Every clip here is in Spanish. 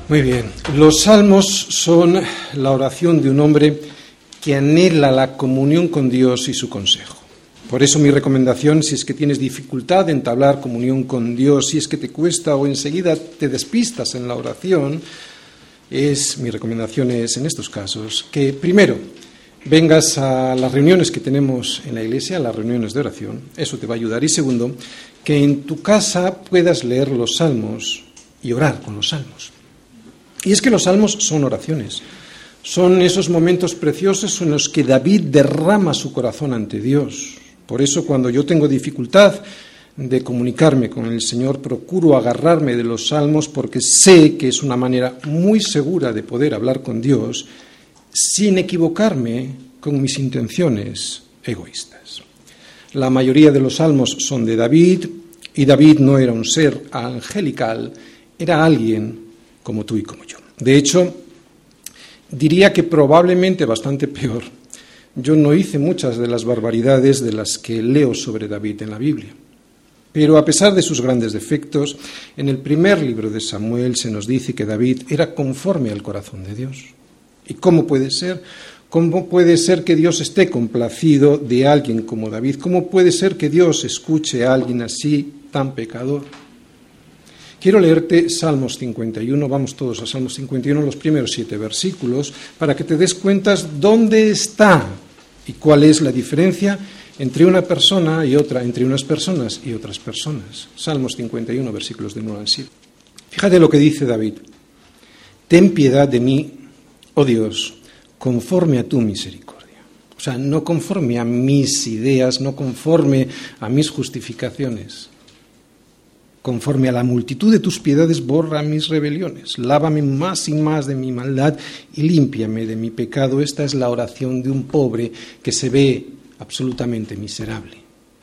Muy bien. Los salmos son la oración de un hombre que anhela la comunión con Dios y su consejo. Por eso mi recomendación, si es que tienes dificultad de entablar comunión con Dios, si es que te cuesta o enseguida te despistas en la oración, mi recomendación es en estos casos que primero vengas a las reuniones que tenemos en la iglesia, las reuniones de oración, eso te va a ayudar. Y segundo, que en tu casa puedas leer los salmos y orar con los salmos. Y es que los salmos son oraciones, son esos momentos preciosos en los que David derrama su corazón ante Dios. Por eso cuando yo tengo dificultad de comunicarme con el Señor, procuro agarrarme de los salmos porque sé que es una manera muy segura de poder hablar con Dios sin equivocarme con mis intenciones egoístas. La mayoría de los salmos son de David, y David no era un ser angelical, era alguien como tú y como yo. De hecho, diría que probablemente bastante peor. Yo no hice muchas de las barbaridades de las que leo sobre David en la Biblia. Pero a pesar de sus grandes defectos, en el primer libro de Samuel se nos dice que David era conforme al corazón de Dios. ¿Y cómo puede ser? ¿Cómo puede ser que Dios esté complacido de alguien como David? ¿Cómo puede ser que Dios escuche a alguien así, tan pecador? Quiero leerte Salmos 51, vamos todos a Salmos 51, los primeros 7 versículos, para que te des cuenta dónde está y cuál es la diferencia entre una persona y otra, entre unas personas y otras personas. Salmos 51, versículos del 1 al 7. Fíjate lo que dice David. Ten piedad de mí, oh Dios, conforme a tu misericordia. O sea, no conforme a mis ideas, no conforme a mis justificaciones. Conforme a la multitud de tus piedades, borra mis rebeliones. Lávame más y más de mi maldad y límpiame de mi pecado. Esta es la oración de un pobre que se ve absolutamente miserable.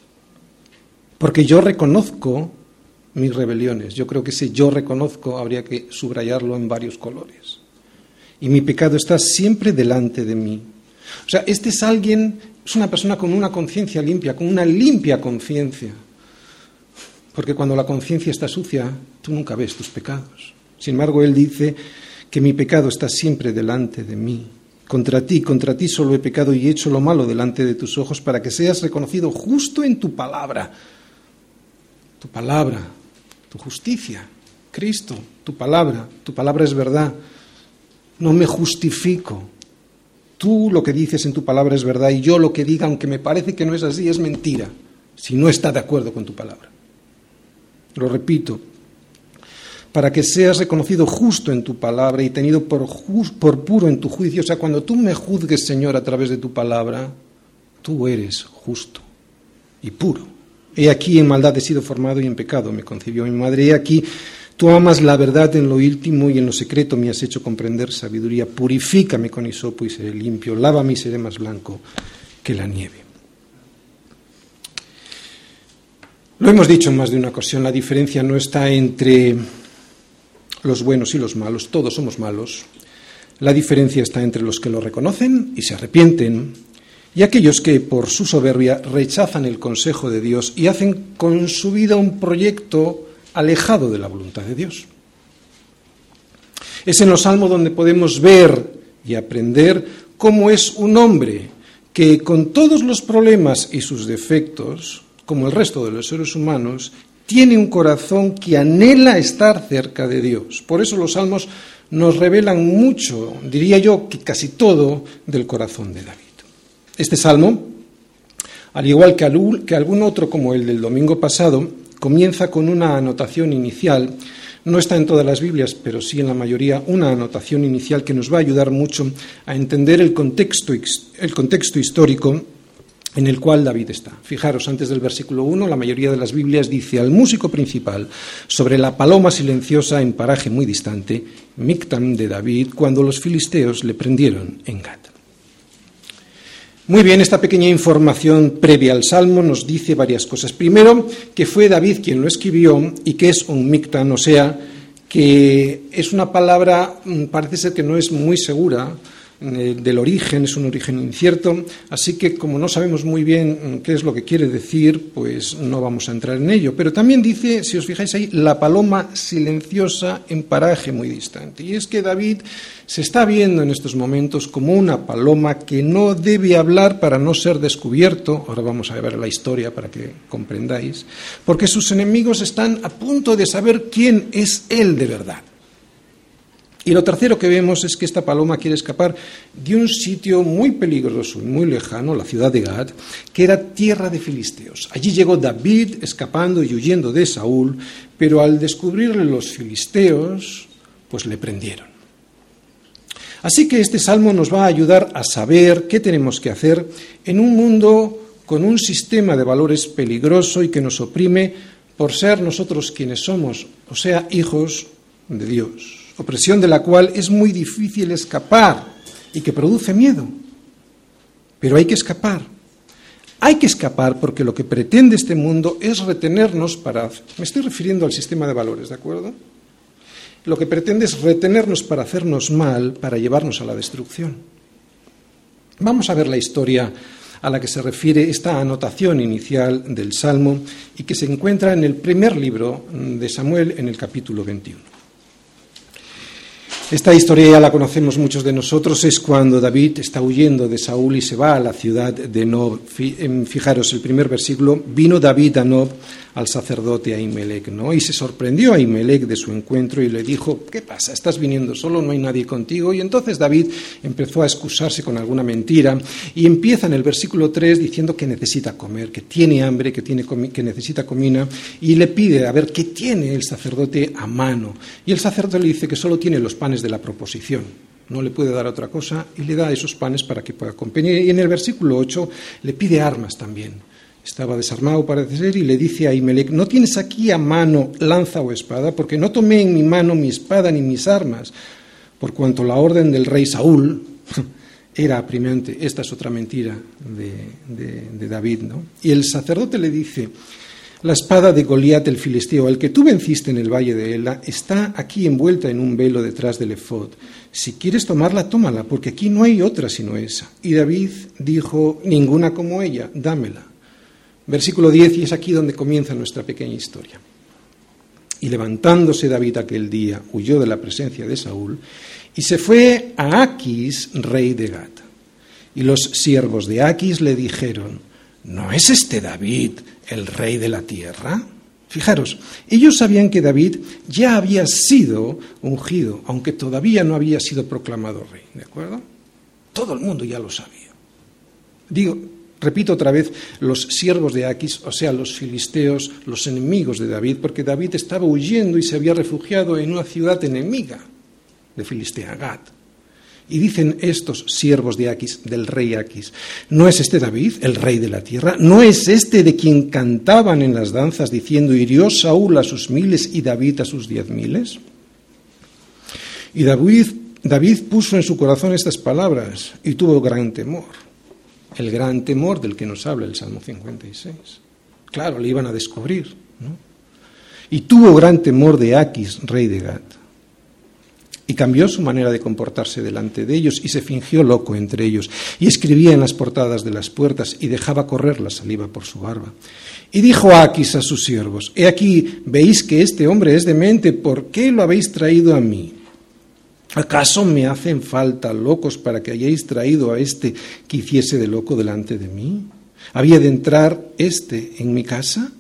Porque yo reconozco mis rebeliones. Yo creo que ese yo reconozco habría que subrayarlo en varios colores. Y mi pecado está siempre delante de mí. O sea, este es una persona con una conciencia limpia, con una limpia conciencia. Porque cuando la conciencia está sucia, tú nunca ves tus pecados. Sin embargo, él dice que mi pecado está siempre delante de mí. Contra ti solo he pecado y he hecho lo malo delante de tus ojos para que seas reconocido justo en tu palabra. Tu palabra, tu justicia, Cristo, tu palabra es verdad. No me justifico. Tú lo que dices en tu palabra es verdad y yo lo que diga, aunque me parece que no es así, es mentira, si no está de acuerdo con tu palabra. Lo repito, para que seas reconocido justo en tu palabra y tenido por puro en tu juicio. O sea, cuando tú me juzgues, Señor, a través de tu palabra, tú eres justo y puro. He aquí en maldad he sido formado y en pecado me concibió mi madre. He aquí tú amas la verdad en lo íntimo y en lo secreto me has hecho comprender sabiduría. Purifícame con hisopo y seré limpio. Lávame y seré más blanco que la nieve. Lo hemos dicho en más de una ocasión, la diferencia no está entre los buenos y los malos, todos somos malos. La diferencia está entre los que lo reconocen y se arrepienten y aquellos que por su soberbia rechazan el consejo de Dios y hacen con su vida un proyecto alejado de la voluntad de Dios. Es en los Salmos donde podemos ver y aprender cómo es un hombre que con todos los problemas y sus defectos, como el resto de los seres humanos, tiene un corazón que anhela estar cerca de Dios. Por eso los salmos nos revelan mucho, diría yo que casi todo, del corazón de David. Este salmo, al igual que algún otro como el del domingo pasado, comienza con una anotación inicial. No está en todas las Biblias, pero sí en la mayoría, una anotación inicial que nos va a ayudar mucho a entender el contexto histórico en el cual David está. Fijaros, antes del versículo 1, la mayoría de las Biblias dice al músico principal sobre la paloma silenciosa en paraje muy distante, Mictam de David, cuando los filisteos le prendieron en Gat. Muy bien, esta pequeña información previa al Salmo nos dice varias cosas. Primero, que fue David quien lo escribió y que es un Mictam, o sea, que es una palabra, parece ser que no es muy segura, del origen, es un origen incierto, así que como no sabemos muy bien qué es lo que quiere decir, pues no vamos a entrar en ello. Pero también dice, si os fijáis ahí, la paloma silenciosa en paraje muy distante. Y es que David se está viendo en estos momentos como una paloma que no debe hablar para no ser descubierto. Ahora vamos a ver la historia para que comprendáis, porque sus enemigos están a punto de saber quién es él de verdad. Y lo tercero que vemos es que esta paloma quiere escapar de un sitio muy peligroso y muy lejano, la ciudad de Gad, que era tierra de filisteos. Allí llegó David escapando y huyendo de Saúl, pero al descubrirle los filisteos, pues le prendieron. Así que este salmo nos va a ayudar a saber qué tenemos que hacer en un mundo con un sistema de valores peligroso y que nos oprime por ser nosotros quienes somos, o sea, hijos de Dios. Opresión de la cual es muy difícil escapar y que produce miedo. Pero hay que escapar. Hay que escapar porque lo que pretende este mundo es retenernos para... Me estoy refiriendo al sistema de valores, ¿de acuerdo? Lo que pretende es retenernos para hacernos mal, para llevarnos a la destrucción. Vamos a ver la historia a la que se refiere esta anotación inicial del Salmo y que se encuentra en el primer libro de Samuel, en el capítulo 21. Esta historia ya la conocemos muchos de nosotros, es cuando David está huyendo de Saúl y se va a la ciudad de Nob. Fijaros, el primer versículo, vino David a Nob al sacerdote Ahimelech, ¿no? Y se sorprendió a Ahimelech de su encuentro y le dijo, ¿qué pasa? ¿Estás viniendo solo? ¿No hay nadie contigo? Y entonces David empezó a excusarse con alguna mentira y empieza en el versículo 3 diciendo que necesita comer, que tiene hambre, que necesita comida y le pide a ver qué tiene el sacerdote a mano. Y el sacerdote le dice que solo tiene los panes de la proposición, no le puede dar otra cosa y le da esos panes para que pueda comer. Y en el versículo 8 le pide armas también. Estaba desarmado, parece ser, y le dice a Ahimelech, ¿no tienes aquí a mano lanza o espada? Porque no tomé en mi mano mi espada ni mis armas, por cuanto la orden del rey Saúl era apremiante. Esta es otra mentira de David, ¿no? Y el sacerdote le dice, la espada de Goliat el filisteo, al que tú venciste en el valle de Ela, está aquí envuelta en un velo detrás del efod. Si quieres tomarla, tómala, porque aquí no hay otra sino esa. Y David dijo, ninguna como ella, dámela. Versículo 10, y es aquí donde comienza nuestra pequeña historia. Y levantándose David aquel día, huyó de la presencia de Saúl, y se fue a Aquis, rey de Gat. Y los siervos de Aquis le dijeron, ¿no es este David el rey de la tierra? Fijaros, ellos sabían que David ya había sido ungido, aunque todavía no había sido proclamado rey, ¿de acuerdo? Todo el mundo ya lo sabía. Repito otra vez, los siervos de Aquis, o sea, los filisteos, los enemigos de David, porque David estaba huyendo y se había refugiado en una ciudad enemiga de Filistea, Gat. Y dicen estos siervos de Aquis, del rey Aquis, ¿no es este David, el rey de la tierra? ¿No es este de quien cantaban en las danzas diciendo, hirió Saúl a sus 1000 y David a sus 10,000? Y David puso en su corazón estas palabras y tuvo gran temor. El gran temor del que nos habla el Salmo 56. Claro, le iban a descubrir, ¿no? Y tuvo gran temor de Aquis, rey de Gat. Y cambió su manera de comportarse delante de ellos y se fingió loco entre ellos. Y escribía en las portadas de las puertas y dejaba correr la saliva por su barba. Y dijo Aquis a sus siervos, he aquí, veis que este hombre es demente, ¿por qué lo habéis traído a mí? ¿Acaso me hacen falta locos para que hayáis traído a este que hiciese de loco delante de mí? ¿Había de entrar este en mi casa?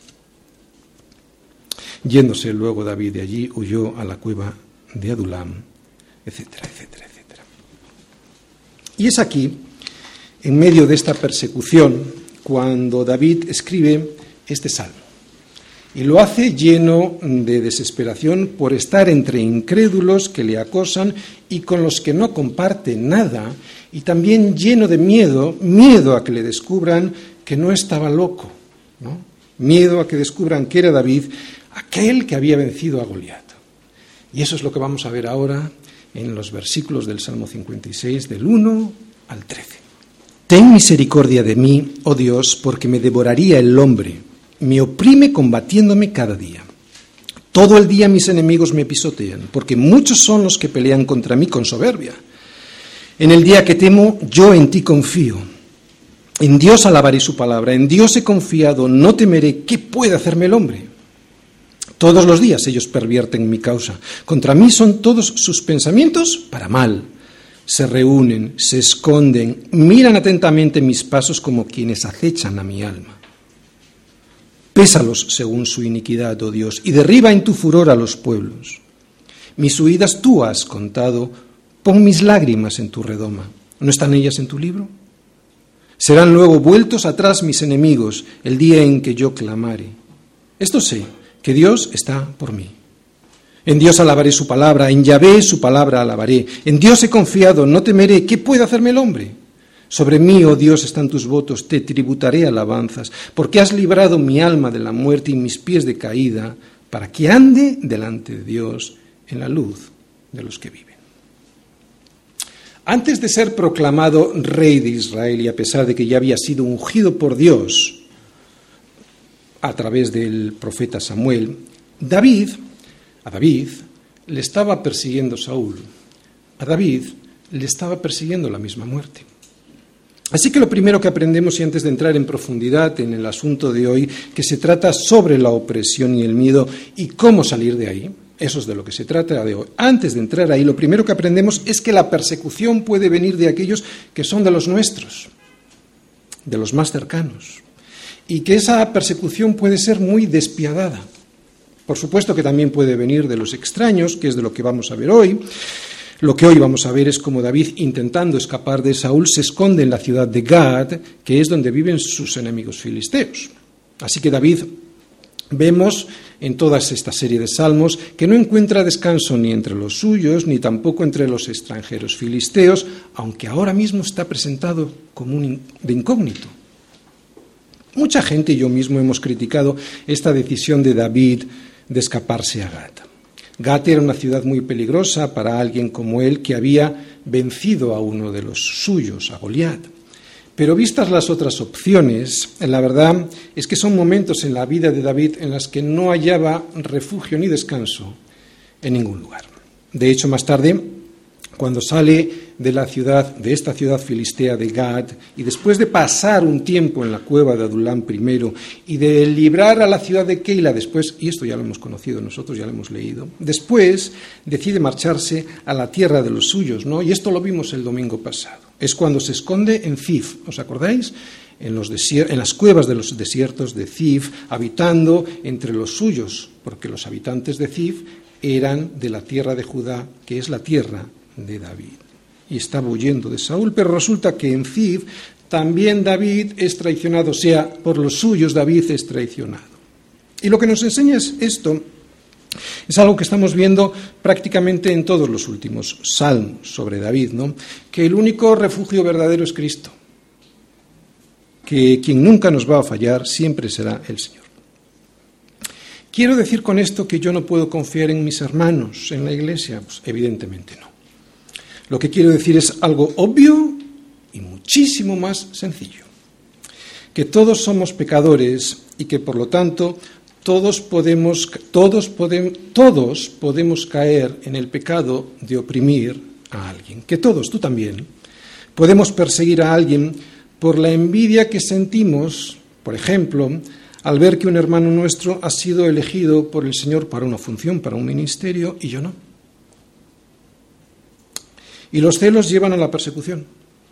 Yéndose luego David de allí, huyó a la cueva de Adulam, etcétera, etcétera, etcétera. Y es aquí, en medio de esta persecución, cuando David escribe este salmo. Y lo hace lleno de desesperación por estar entre incrédulos que le acosan y con los que no comparte nada, y también lleno de miedo a que le descubran que no estaba loco, ¿no? Miedo a que descubran que era David, aquel que había vencido a Goliat. Y eso es lo que vamos a ver ahora en los versículos del Salmo 56, del 1 al 13. Ten misericordia de mí, oh Dios, porque me devoraría el hombre. Me oprime combatiéndome cada día. Todo el día mis enemigos me pisotean, porque muchos son los que pelean contra mí con soberbia. En el día que temo, yo en ti confío. En Dios alabaré su palabra, en Dios he confiado, no temeré. ¿Qué puede hacerme el hombre? Todos los días ellos pervierten mi causa. Contra mí son todos sus pensamientos para mal. Se reúnen, se esconden, miran atentamente mis pasos como quienes acechan a mi alma. Pésalos según su iniquidad, oh Dios, y derriba en tu furor a los pueblos. Mis huidas tú has contado, pon mis lágrimas en tu redoma. ¿No están ellas en tu libro? Serán luego vueltos atrás mis enemigos el día en que yo clamare. Esto sé, que Dios está por mí. En Dios alabaré su palabra, en Yahvé su palabra alabaré. En Dios he confiado, no temeré. ¿Qué puede hacerme el hombre? Sobre mí, oh Dios, están tus votos, te tributaré alabanzas, porque has librado mi alma de la muerte y mis pies de caída, para que ande delante de Dios en la luz de los que viven. Antes de ser proclamado rey de Israel, y a pesar de que ya había sido ungido por Dios a través del profeta Samuel, a David le estaba persiguiendo Saúl. A David le estaba persiguiendo la misma muerte. Así que lo primero que aprendemos, y antes de entrar en profundidad en el asunto de hoy, que se trata sobre la opresión y el miedo y cómo salir de ahí, eso es de lo que se trata de hoy. Antes de entrar ahí, lo primero que aprendemos es que la persecución puede venir de aquellos que son de los nuestros, de los más cercanos, y que esa persecución puede ser muy despiadada. Por supuesto que también puede venir de los extraños, que es de lo que vamos a ver hoy. Lo que hoy vamos a ver es cómo David, intentando escapar de Saúl, se esconde en la ciudad de Gad, que es donde viven sus enemigos filisteos. Así que David, vemos en toda esta serie de salmos que no encuentra descanso ni entre los suyos, ni tampoco entre los extranjeros filisteos, aunque ahora mismo está presentado como de incógnito. Mucha gente y yo mismo hemos criticado esta decisión de David de escaparse a Gad. Gad era una ciudad muy peligrosa para alguien como él, que había vencido a uno de los suyos, a Goliat. Pero vistas las otras opciones, la verdad es que son momentos en la vida de David en las que no hallaba refugio ni descanso en ningún lugar. De hecho, más tarde, cuando sale de esta ciudad filistea de Gad, y después de pasar un tiempo en la cueva de Adulam primero, y de librar a la ciudad de Keila después, y esto ya lo hemos conocido nosotros, ya lo hemos leído, después decide marcharse a la tierra de los suyos, ¿no? Y esto lo vimos el domingo pasado. Es cuando se esconde en Zif, ¿os acordáis? En las cuevas de los desiertos de Zif, habitando entre los suyos, porque los habitantes de Zif eran de la tierra de Judá, que es la tierra de David. Y estaba huyendo de Saúl, pero resulta que en Zif también David es traicionado, o sea, por los suyos David es traicionado. Y lo que nos enseña es esto, es algo que estamos viendo prácticamente en todos los últimos salmos sobre David, ¿no? Que el único refugio verdadero es Cristo, que quien nunca nos va a fallar siempre será el Señor. ¿Quiero decir con esto que yo no puedo confiar en mis hermanos en la iglesia? Pues evidentemente no. Lo que quiero decir es algo obvio y muchísimo más sencillo. Que todos somos pecadores y que por lo tanto todos podemos caer en el pecado de oprimir a alguien. Que todos, tú también, podemos perseguir a alguien por la envidia que sentimos, por ejemplo, al ver que un hermano nuestro ha sido elegido por el Señor para una función, para un ministerio, y yo no. Y los celos llevan a la persecución.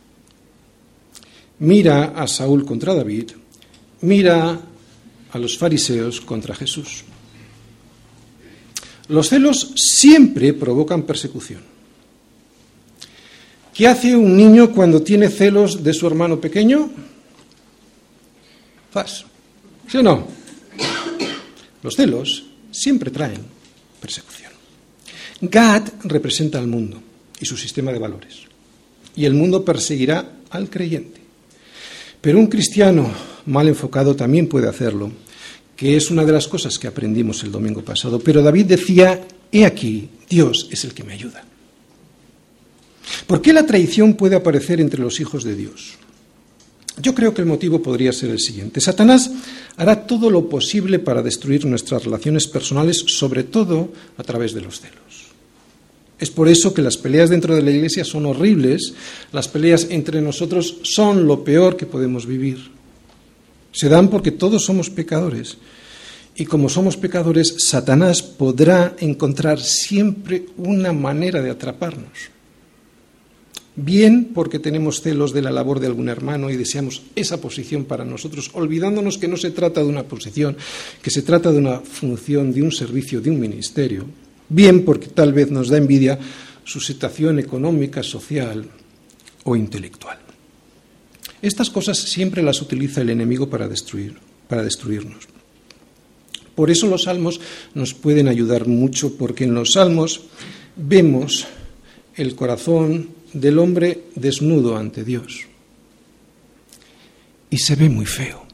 Mira a Saúl contra David, mira a los fariseos contra Jesús. Los celos siempre provocan persecución. ¿Qué hace un niño cuando tiene celos de su hermano pequeño? ¿Fas? ¿Sí o no? Los celos siempre traen persecución. Gad representa al mundo y su sistema de valores. Y el mundo perseguirá al creyente. Pero un cristiano mal enfocado también puede hacerlo, que es una de las cosas que aprendimos el domingo pasado. Pero David decía, he aquí, Dios es el que me ayuda. ¿Por qué la traición puede aparecer entre los hijos de Dios? Yo creo que el motivo podría ser el siguiente. Satanás hará todo lo posible para destruir nuestras relaciones personales, sobre todo a través de los celos. Es por eso que las peleas dentro de la Iglesia son horribles, las peleas entre nosotros son lo peor que podemos vivir. Se dan porque todos somos pecadores. Y como somos pecadores, Satanás podrá encontrar siempre una manera de atraparnos. Bien porque tenemos celos de la labor de algún hermano y deseamos esa posición para nosotros, olvidándonos que no se trata de una posición, que se trata de una función, de un servicio, de un ministerio. Bien porque tal vez nos da envidia su situación económica, social o intelectual. Estas cosas siempre las utiliza el enemigo para destruirnos. Por eso los salmos nos pueden ayudar mucho, porque en los salmos vemos el corazón del hombre desnudo ante Dios. Y se ve muy feo.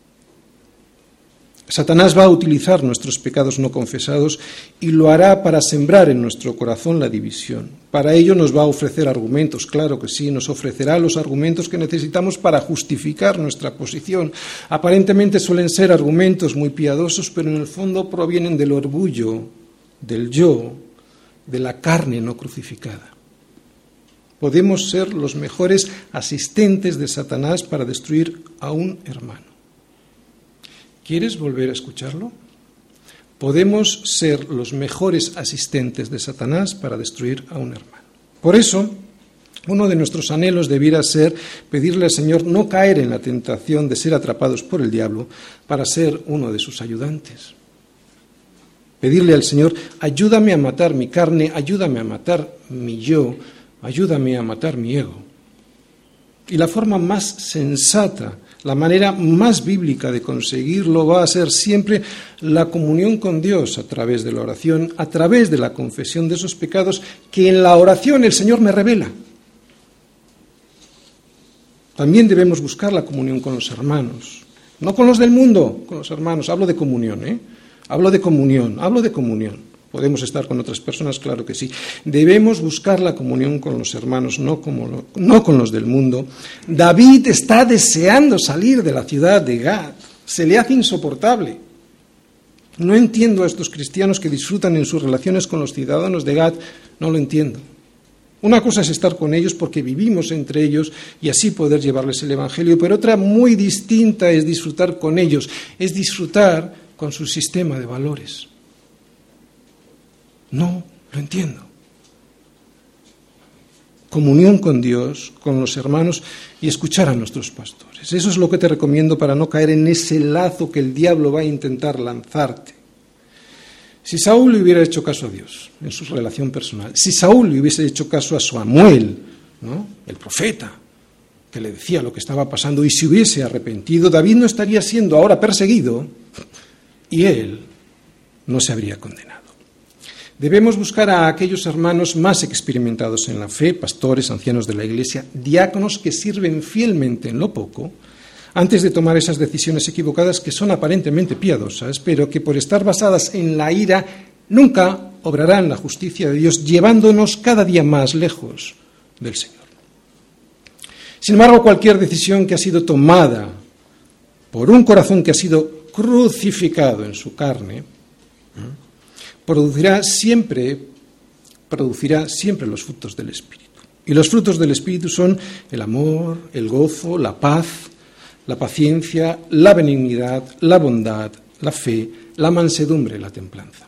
Satanás va a utilizar nuestros pecados no confesados y lo hará para sembrar en nuestro corazón la división. Para ello nos va a ofrecer argumentos, claro que sí, nos ofrecerá los argumentos que necesitamos para justificar nuestra posición. Aparentemente suelen ser argumentos muy piadosos, pero en el fondo provienen del orgullo, del yo, de la carne no crucificada. Podemos ser los mejores asistentes de Satanás para destruir a un hermano. ¿Quieres volver a escucharlo? Podemos ser los mejores asistentes de Satanás para destruir a un hermano. Por eso, uno de nuestros anhelos debiera ser pedirle al Señor no caer en la tentación de ser atrapados por el diablo para ser uno de sus ayudantes. Pedirle al Señor, ayúdame a matar mi carne, ayúdame a matar mi yo, ayúdame a matar mi ego. Y la forma más sensata, la manera más bíblica de conseguirlo va a ser siempre la comunión con Dios a través de la oración, a través de la confesión de esos pecados que en la oración el Señor me revela. También debemos buscar la comunión con los hermanos, no con los del mundo, con los hermanos. Hablo de comunión, hablo de comunión. Podemos estar con otras personas, claro que sí. Debemos buscar la comunión con los hermanos, no con los del mundo. David está deseando salir de la ciudad de Gad. Se le hace insoportable. No entiendo a estos cristianos que disfrutan en sus relaciones con los ciudadanos de Gad. No lo entiendo. Una cosa es estar con ellos porque vivimos entre ellos y así poder llevarles el Evangelio, pero otra muy distinta es disfrutar con ellos, es disfrutar con su sistema de valores. No lo entiendo. Comunión con Dios, con los hermanos y escuchar a nuestros pastores. Eso es lo que te recomiendo para no caer en ese lazo que el diablo va a intentar lanzarte. Si Saúl le hubiera hecho caso a Dios en su relación personal, si Saúl le hubiese hecho caso a Samuel, ¿no?, el profeta, que le decía lo que estaba pasando, y se hubiese arrepentido, David no estaría siendo ahora perseguido y él no se habría condenado. Debemos buscar a aquellos hermanos más experimentados en la fe, pastores, ancianos de la Iglesia, diáconos que sirven fielmente en lo poco, antes de tomar esas decisiones equivocadas que son aparentemente piadosas, pero que por estar basadas en la ira nunca obrarán la justicia de Dios, llevándonos cada día más lejos del Señor. Sin embargo, cualquier decisión que ha sido tomada por un corazón que ha sido crucificado en su carne, producirá siempre los frutos del Espíritu. Y los frutos del Espíritu son el amor, el gozo, la paz, la paciencia, la benignidad, la bondad, la fe, la mansedumbre, la templanza.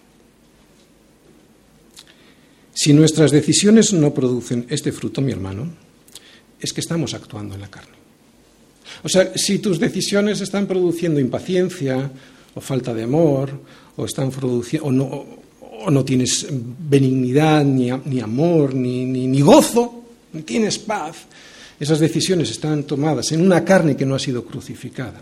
Si nuestras decisiones no producen este fruto, mi hermano, es que estamos actuando en la carne. O sea, si tus decisiones están produciendo impaciencia o falta de amor, o están produciendo o no tienes benignidad, ni amor, ni gozo, ni tienes paz, esas decisiones están tomadas en una carne que no ha sido crucificada.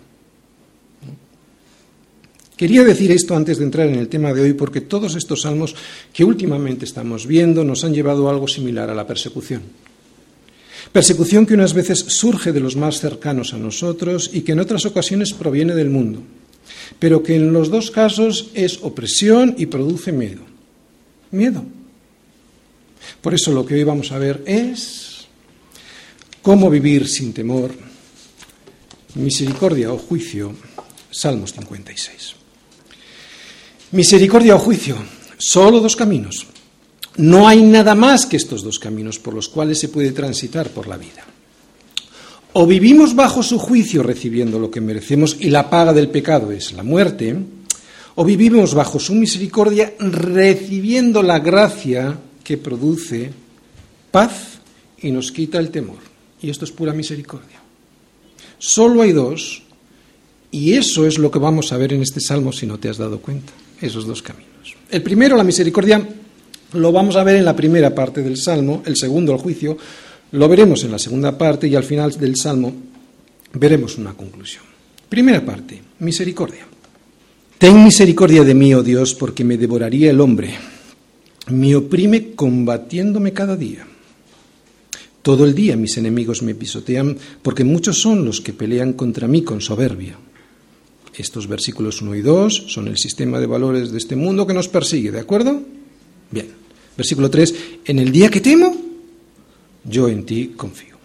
Quería decir esto antes de entrar en el tema de hoy, porque todos estos salmos que últimamente estamos viendo nos han llevado a algo similar a la persecución. Persecución que unas veces surge de los más cercanos a nosotros y que en otras ocasiones proviene del mundo, pero que en los dos casos es opresión y produce miedo. Miedo. Por eso lo que hoy vamos a ver es cómo vivir sin temor, misericordia o juicio, Salmos 56. Misericordia o juicio, solo dos caminos. No hay nada más que estos dos caminos por los cuales se puede transitar por la vida. O vivimos bajo su juicio recibiendo lo que merecemos y la paga del pecado es la muerte, o vivimos bajo su misericordia recibiendo la gracia que produce paz y nos quita el temor. Y esto es pura misericordia. Solo hay dos, y eso es lo que vamos a ver en este salmo si no te has dado cuenta, esos dos caminos. El primero, la misericordia, lo vamos a ver en la primera parte del salmo, el segundo, el juicio, lo veremos en la segunda parte y al final del salmo veremos una conclusión. Primera parte, misericordia. Ten misericordia de mí, oh Dios, porque me devoraría el hombre. Me oprime combatiéndome cada día. Todo el día mis enemigos me pisotean, porque muchos son los que pelean contra mí con soberbia. Estos versículos 1 y 2 son el sistema de valores de este mundo que nos persigue, ¿de acuerdo? Bien. Versículo 3, en el día que temo, yo en ti confío.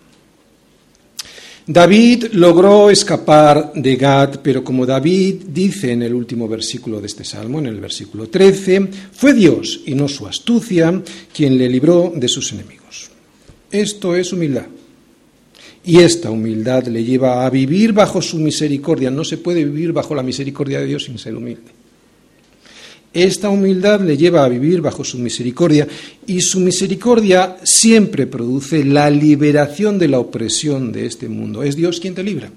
David logró escapar de Gad, pero como David dice en el último versículo de este salmo, en el versículo 13, fue Dios y no su astucia quien le libró de sus enemigos. Esto es humildad. Y esta humildad le lleva a vivir bajo su misericordia. No se puede vivir bajo la misericordia de Dios sin ser humilde. Esta humildad le lleva a vivir bajo su misericordia y su misericordia siempre produce la liberación de la opresión de este mundo. Es Dios quien te libra.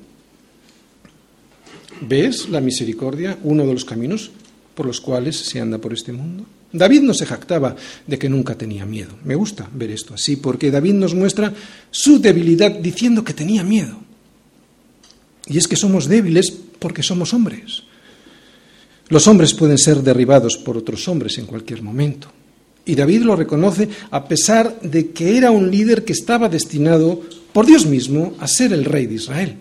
¿Ves la misericordia? Uno de los caminos por los cuales se anda por este mundo. David no se jactaba de que nunca tenía miedo. Me gusta ver esto así porque David nos muestra su debilidad diciendo que tenía miedo. Y es que somos débiles porque somos hombres. Los hombres pueden ser derribados por otros hombres en cualquier momento. Y David lo reconoce a pesar de que era un líder que estaba destinado por Dios mismo a ser el rey de Israel.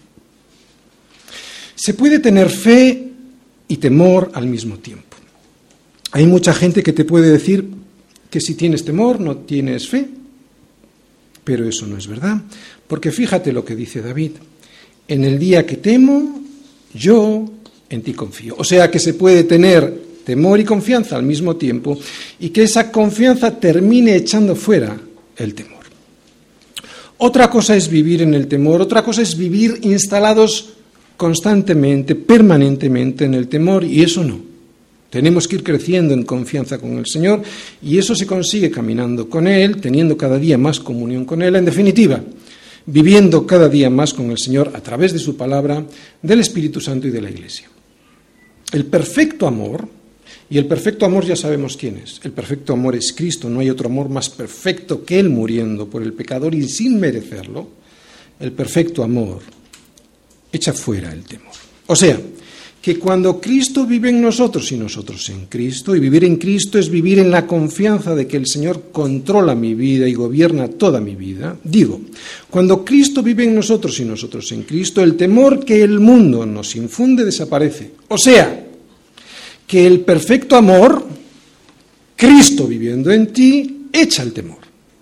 Se puede tener fe y temor al mismo tiempo. Hay mucha gente que te puede decir que si tienes temor no tienes fe, pero eso no es verdad, porque fíjate lo que dice David. En el día que temo, yo en ti confío. O sea que se puede tener temor y confianza al mismo tiempo y que esa confianza termine echando fuera el temor. Otra cosa es vivir en el temor, otra cosa es vivir instalados constantemente, permanentemente en el temor, y eso no. Tenemos que ir creciendo en confianza con el Señor y eso se consigue caminando con Él, teniendo cada día más comunión con Él, en definitiva, viviendo cada día más con el Señor a través de su palabra, del Espíritu Santo y de la Iglesia. El perfecto amor, y el perfecto amor ya sabemos quién es, el perfecto amor es Cristo, no hay otro amor más perfecto que Él muriendo por el pecador y sin merecerlo, el perfecto amor echa fuera el temor. O sea, que cuando Cristo vive en nosotros y nosotros en Cristo, y vivir en Cristo es vivir en la confianza de que el Señor controla mi vida y gobierna toda mi vida, digo, cuando Cristo vive en nosotros y nosotros en Cristo, el temor que el mundo nos infunde desaparece. O sea, que el perfecto amor, Cristo viviendo en ti, echa el temor.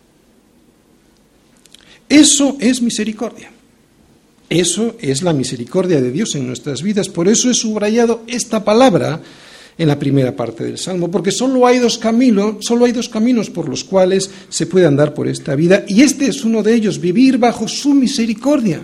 Eso es misericordia. Eso es la misericordia de Dios en nuestras vidas. Por eso he subrayado esta palabra en la primera parte del Salmo, porque solo hay dos caminos por los cuales se puede andar por esta vida, y este es uno de ellos, vivir bajo su misericordia.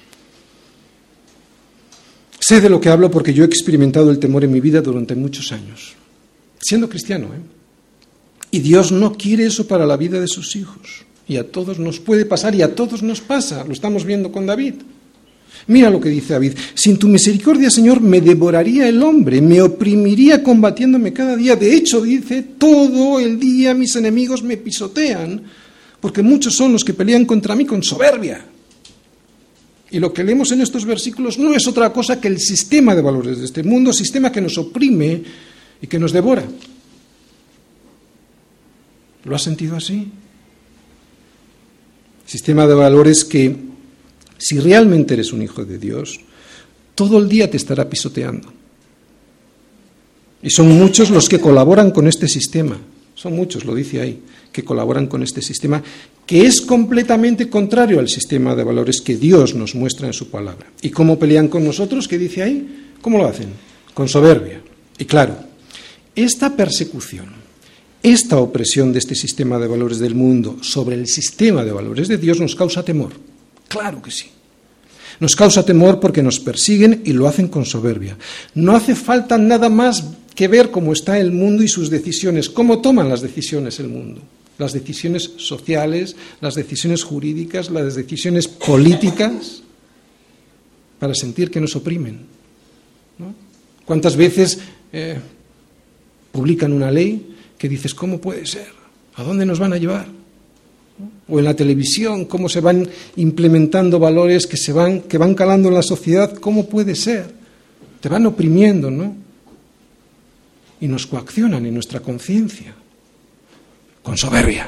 Sé de lo que hablo porque yo he experimentado el temor en mi vida durante muchos años, siendo cristiano, Y Dios no quiere eso para la vida de sus hijos. Y a todos nos puede pasar y a todos nos pasa. Lo estamos viendo con David. Mira lo que dice David. Sin tu misericordia, Señor, me devoraría el hombre, me oprimiría combatiéndome cada día. De hecho, dice, todo el día mis enemigos me pisotean, porque muchos son los que pelean contra mí con soberbia. Y lo que leemos en estos versículos no es otra cosa que el sistema de valores de este mundo, sistema que nos oprime y que nos devora. ¿Lo has sentido así? Sistema de valores que, si realmente eres un hijo de Dios, todo el día te estará pisoteando. Y son muchos los que colaboran con este sistema. Son muchos, lo dice ahí, que colaboran con este sistema, que es completamente contrario al sistema de valores que Dios nos muestra en su palabra. ¿Y cómo pelean con nosotros? ¿Qué dice ahí? ¿Cómo lo hacen? Con soberbia. Y claro, esta persecución, Esta opresión de este sistema de valores del mundo sobre el sistema de valores de Dios nos causa temor. Claro que sí. Nos causa temor porque nos persiguen y lo hacen con soberbia. No hace falta nada más que ver cómo está el mundo y sus decisiones, cómo toman las decisiones el mundo. Las decisiones sociales, las decisiones jurídicas, las decisiones políticas, para sentir que nos oprimen, ¿no? ¿Cuántas veces publican una ley que dices, ¿cómo puede ser? ¿A dónde nos van a llevar? O en la televisión, cómo se van implementando valores que van calando en la sociedad, ¿cómo puede ser? Te van oprimiendo, ¿no? Y nos coaccionan en nuestra conciencia, con soberbia.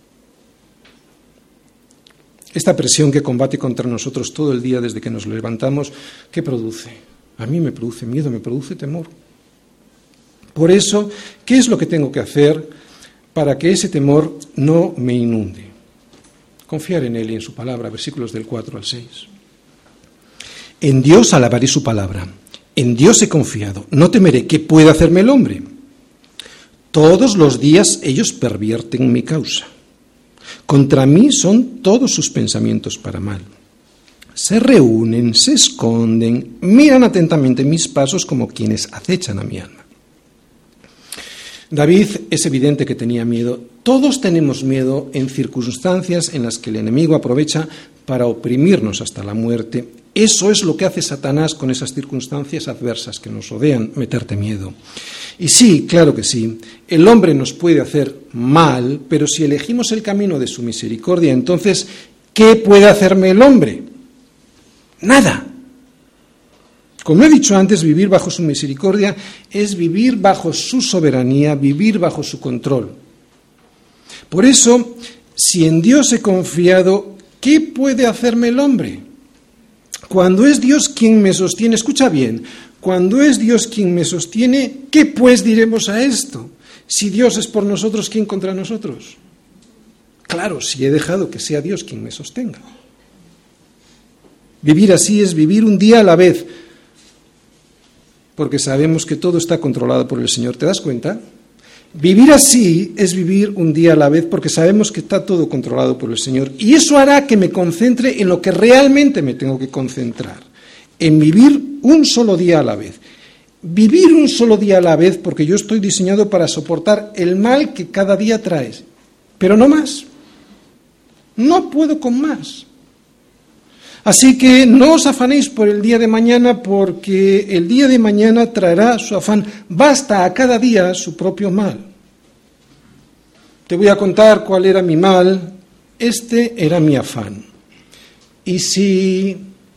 Esta presión que combate contra nosotros todo el día desde que nos levantamos, ¿qué produce? A mí me produce miedo, me produce temor. Por eso, ¿qué es lo que tengo que hacer para que ese temor no me inunde? Confiar en Él y en su palabra, versículos del 4 al 6. En Dios alabaré su palabra, en Dios he confiado, no temeré. ¿Qué puede hacerme el hombre? Todos los días ellos pervierten mi causa. Contra mí son todos sus pensamientos para mal. Se reúnen, se esconden, miran atentamente mis pasos como quienes acechan a mi alma. David es evidente que tenía miedo. Todos tenemos miedo en circunstancias en las que el enemigo aprovecha para oprimirnos hasta la muerte. Eso es lo que hace Satanás con esas circunstancias adversas que nos rodean, meterte miedo. Y sí, claro que sí, el hombre nos puede hacer mal, pero si elegimos el camino de su misericordia, entonces, ¿qué puede hacerme el hombre? Nada. Como he dicho antes, vivir bajo su misericordia es vivir bajo su soberanía, vivir bajo su control. Por eso, si en Dios he confiado, ¿qué puede hacerme el hombre? Cuando es Dios quien me sostiene, escucha bien, cuando es Dios quien me sostiene, ¿qué pues diremos a esto? Si Dios es por nosotros, ¿quién contra nosotros? Claro, si he dejado que sea Dios quien me sostenga. Vivir así es vivir un día a la vez, porque sabemos que todo está controlado por el Señor. ¿Te das cuenta? Vivir así es vivir un día a la vez, porque sabemos que está todo controlado por el Señor. Y eso hará que me concentre en lo que realmente me tengo que concentrar, en vivir un solo día a la vez. Vivir un solo día a la vez, porque yo estoy diseñado para soportar el mal que cada día traes, pero no más. No puedo con más. Así que no os afanéis por el día de mañana, porque el día de mañana traerá su afán. Basta a cada día su propio mal. Te voy a contar cuál era mi mal. Este era mi afán. ¿Y si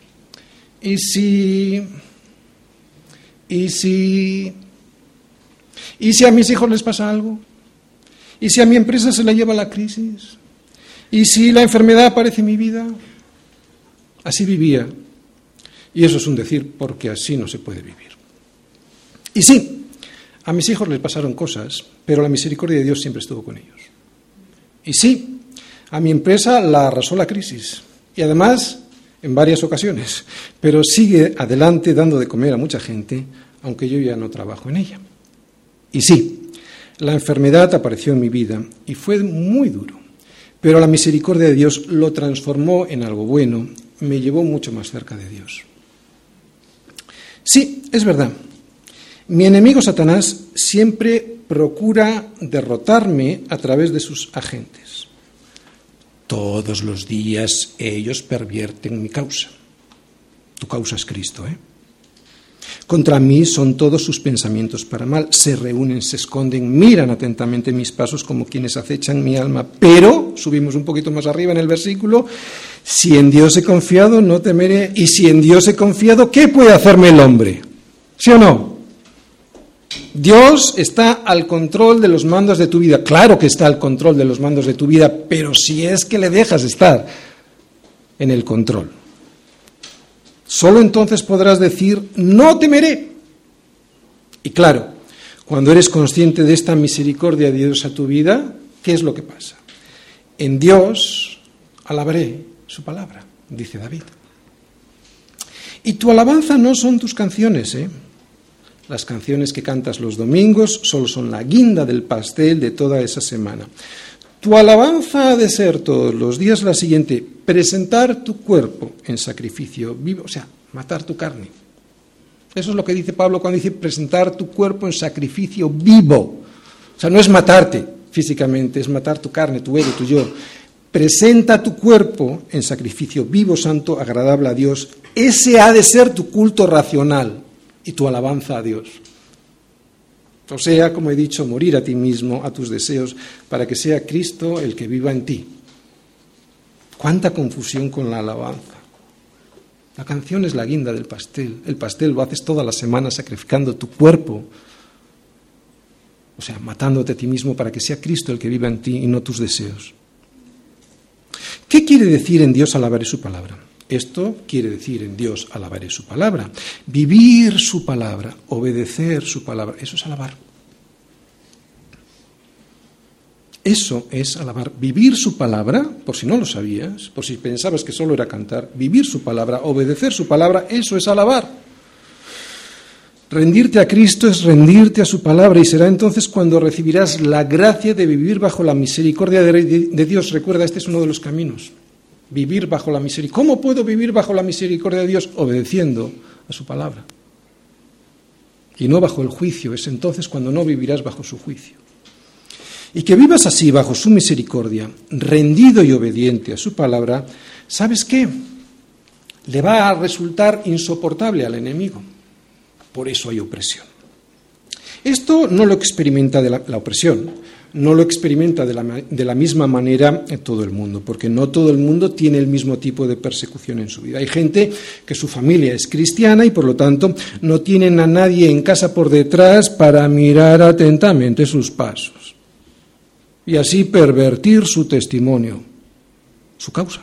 a mis hijos les pasa algo? ¿Y si a mi empresa se la lleva la crisis? ¿Y si la enfermedad aparece en mi vida? Así vivía, y eso es un decir, porque así no se puede vivir. Y sí, a mis hijos les pasaron cosas, pero la misericordia de Dios siempre estuvo con ellos. Y sí, a mi empresa la arrasó la crisis, y además en varias ocasiones, pero sigue adelante dando de comer a mucha gente, aunque yo ya no trabajo en ella. Y sí, la enfermedad apareció en mi vida y fue muy duro, pero la misericordia de Dios lo transformó en algo bueno, me llevó mucho más cerca de Dios. Sí, es verdad. Mi enemigo Satanás siempre procura derrotarme a través de sus agentes. Todos los días ellos pervierten mi causa. Tu causa es Cristo, ¿eh? Contra mí son todos sus pensamientos para mal. Se reúnen, se esconden, miran atentamente mis pasos como quienes acechan mi alma. Pero, subimos un poquito más arriba en el versículo, si en Dios he confiado, no temeré. Y si en Dios he confiado, ¿qué puede hacerme el hombre? ¿Sí o no? Dios está al control de los mandos de tu vida. Claro que está al control de los mandos de tu vida, pero si es que le dejas estar en el control. Solo entonces podrás decir, no temeré. Y claro, cuando eres consciente de esta misericordia de Dios a tu vida, ¿qué es lo que pasa? En Dios alabaré su palabra, dice David. Y tu alabanza no son tus canciones, ¿eh? Las canciones que cantas los domingos solo son la guinda del pastel de toda esa semana. Tu alabanza ha de ser todos los días la siguiente: presentar tu cuerpo en sacrificio vivo, o sea, matar tu carne. Eso es lo que dice Pablo cuando dice presentar tu cuerpo en sacrificio vivo. O sea, no es matarte físicamente, es matar tu carne, tu ego, tu yo. Presenta tu cuerpo en sacrificio vivo, santo, agradable a Dios. Ese ha de ser tu culto racional y tu alabanza a Dios. O sea, como he dicho, morir a ti mismo, a tus deseos, para que sea Cristo el que viva en ti. ¡Cuánta confusión con la alabanza! La canción es la guinda del pastel. El pastel lo haces toda la semana sacrificando tu cuerpo. O sea, matándote a ti mismo para que sea Cristo el que viva en ti y no tus deseos. ¿Qué quiere decir en Dios alabaré su palabra? Esto quiere decir en Dios alabaré su palabra. Vivir su palabra, obedecer su palabra, eso es alabar. Eso es alabar. Vivir su palabra, por si no lo sabías, por si pensabas que solo era cantar, vivir su palabra, obedecer su palabra, eso es alabar. Rendirte a Cristo es rendirte a su palabra y será entonces cuando recibirás la gracia de vivir bajo la misericordia de Dios. Recuerda, este es uno de los caminos. Vivir bajo la misericordia. ¿Cómo puedo vivir bajo la misericordia de Dios? Obedeciendo a su palabra. Y no bajo el juicio. Es entonces cuando no vivirás bajo su juicio. Y que vivas así bajo su misericordia, rendido y obediente a su palabra, ¿sabes qué? Le va a resultar insoportable al enemigo. Por eso hay opresión. Esto no lo experimenta la opresión, no lo experimenta de la misma manera en todo el mundo, porque no todo el mundo tiene el mismo tipo de persecución en su vida. Hay gente que su familia es cristiana y por lo tanto no tienen a nadie en casa por detrás para mirar atentamente sus pasos y así pervertir su testimonio, su causa.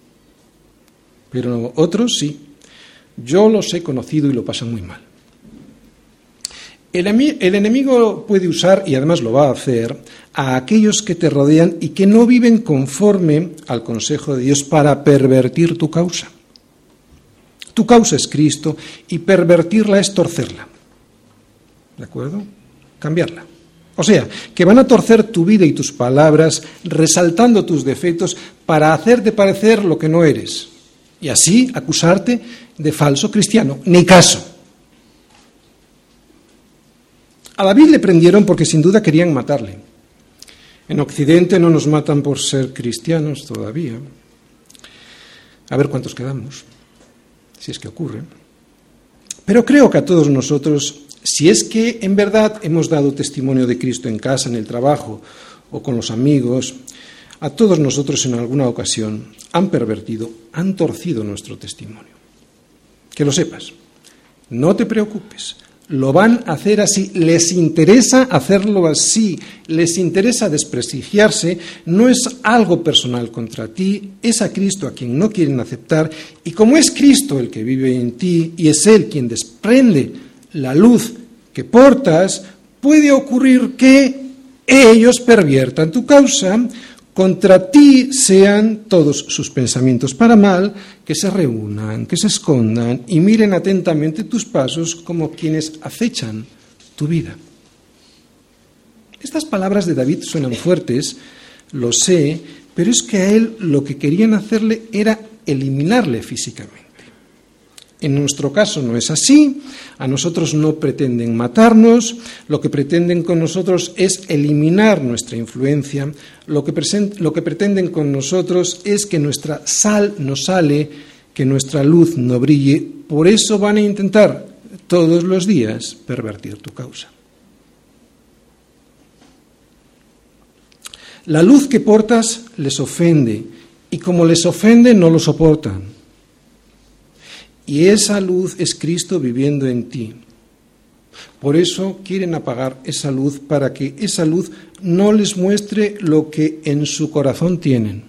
Pero otros sí. Yo los he conocido y lo pasan muy mal. El enemigo puede usar, y además lo va a hacer, a aquellos que te rodean y que no viven conforme al consejo de Dios para pervertir tu causa. Tu causa es Cristo y pervertirla es torcerla. ¿De acuerdo? Cambiarla. O sea, que van a torcer tu vida y tus palabras, resaltando tus defectos para hacerte parecer lo que no eres. Y así acusarte de falso cristiano. Ni caso. A David le prendieron porque sin duda querían matarle. En Occidente no nos matan por ser cristianos todavía. A ver cuántos quedamos, si es que ocurre. Pero creo que a todos nosotros, si es que en verdad hemos dado testimonio de Cristo en casa, en el trabajo o con los amigos, a todos nosotros en alguna ocasión han pervertido, han torcido nuestro testimonio. Que lo sepas, no te preocupes. Lo van a hacer así, les interesa hacerlo así, les interesa desprestigiarse, no es algo personal contra ti, es a Cristo a quien no quieren aceptar, y como es Cristo el que vive en ti y es Él quien desprende la luz que portas, puede ocurrir que ellos perviertan tu causa, contra ti sean todos sus pensamientos para mal, que se reúnan, que se escondan y miren atentamente tus pasos como quienes acechan tu vida. Estas palabras de David suenan fuertes, lo sé, pero es que a él lo que querían hacerle era eliminarle físicamente. En nuestro caso no es así, a nosotros no pretenden matarnos, lo que pretenden con nosotros es eliminar nuestra influencia, lo que pretenden con nosotros es que nuestra sal no sale, que nuestra luz no brille, por eso van a intentar todos los días pervertir tu causa. La luz que portas les ofende, y como les ofende no lo soportan. Y esa luz es Cristo viviendo en ti. Por eso quieren apagar esa luz para que esa luz no les muestre lo que en su corazón tienen.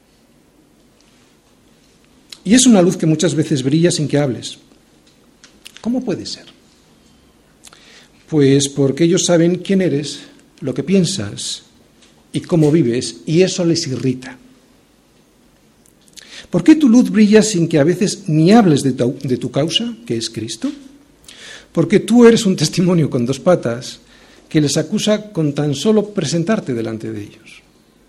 Y es una luz que muchas veces brilla sin que hables. ¿Cómo puede ser? Pues porque ellos saben quién eres, lo que piensas y cómo vives, y eso les irrita. ¿Por qué tu luz brilla sin que a veces ni hables de tu causa, que es Cristo? porque tú eres un testimonio con 2 patas que les acusa con tan solo presentarte delante de ellos.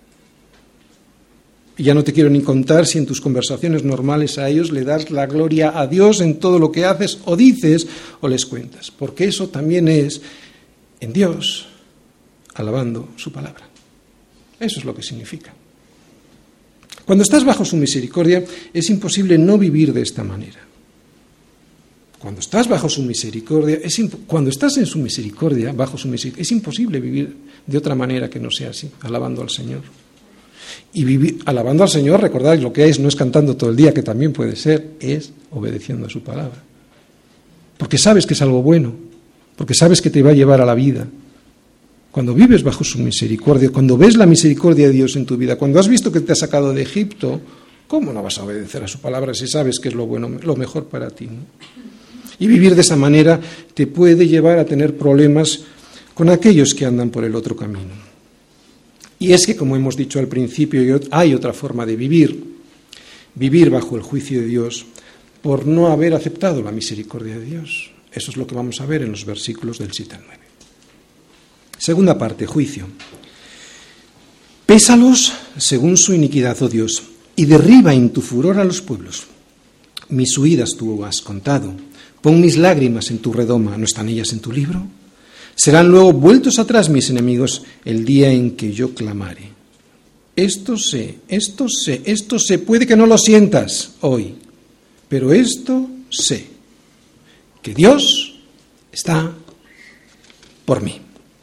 Y ya no te quiero ni contar si en tus conversaciones normales a ellos le das la gloria a Dios en todo lo que haces o dices o les cuentas, porque eso también es en Dios alabando su palabra. Eso es lo que significa. Cuando estás bajo su misericordia es imposible no vivir de esta manera. Cuando estás bajo su misericordia, cuando estás en su misericordia, bajo su misericordia, es imposible vivir de otra manera que no sea así, alabando al Señor. Y vivir alabando al Señor, recordad, lo que es no es cantando todo el día, que también puede ser, es obedeciendo a su palabra. Porque sabes que es algo bueno, porque sabes que te va a llevar a la vida. Cuando vives bajo su misericordia, cuando ves la misericordia de Dios en tu vida, cuando has visto que te ha sacado de Egipto, ¿cómo no vas a obedecer a su palabra si sabes que es lo bueno, lo mejor para ti, ¿no? Y vivir de esa manera te puede llevar a tener problemas con aquellos que andan por el otro camino. Y es que, como hemos dicho al principio, hay otra forma de vivir bajo el juicio de Dios por no haber aceptado la misericordia de Dios. Eso es lo que vamos a ver en los versículos del 7 al 9. Segunda parte, juicio. Pésalos según su iniquidad, oh Dios, y derriba en tu furor a los pueblos. Mis huidas tú has contado. Pon mis lágrimas en tu redoma, ¿no están ellas en tu libro? Serán luego vueltos atrás mis enemigos el día en que yo clamare. Esto sé, puede que no lo sientas hoy, pero esto sé, que Dios está por mí.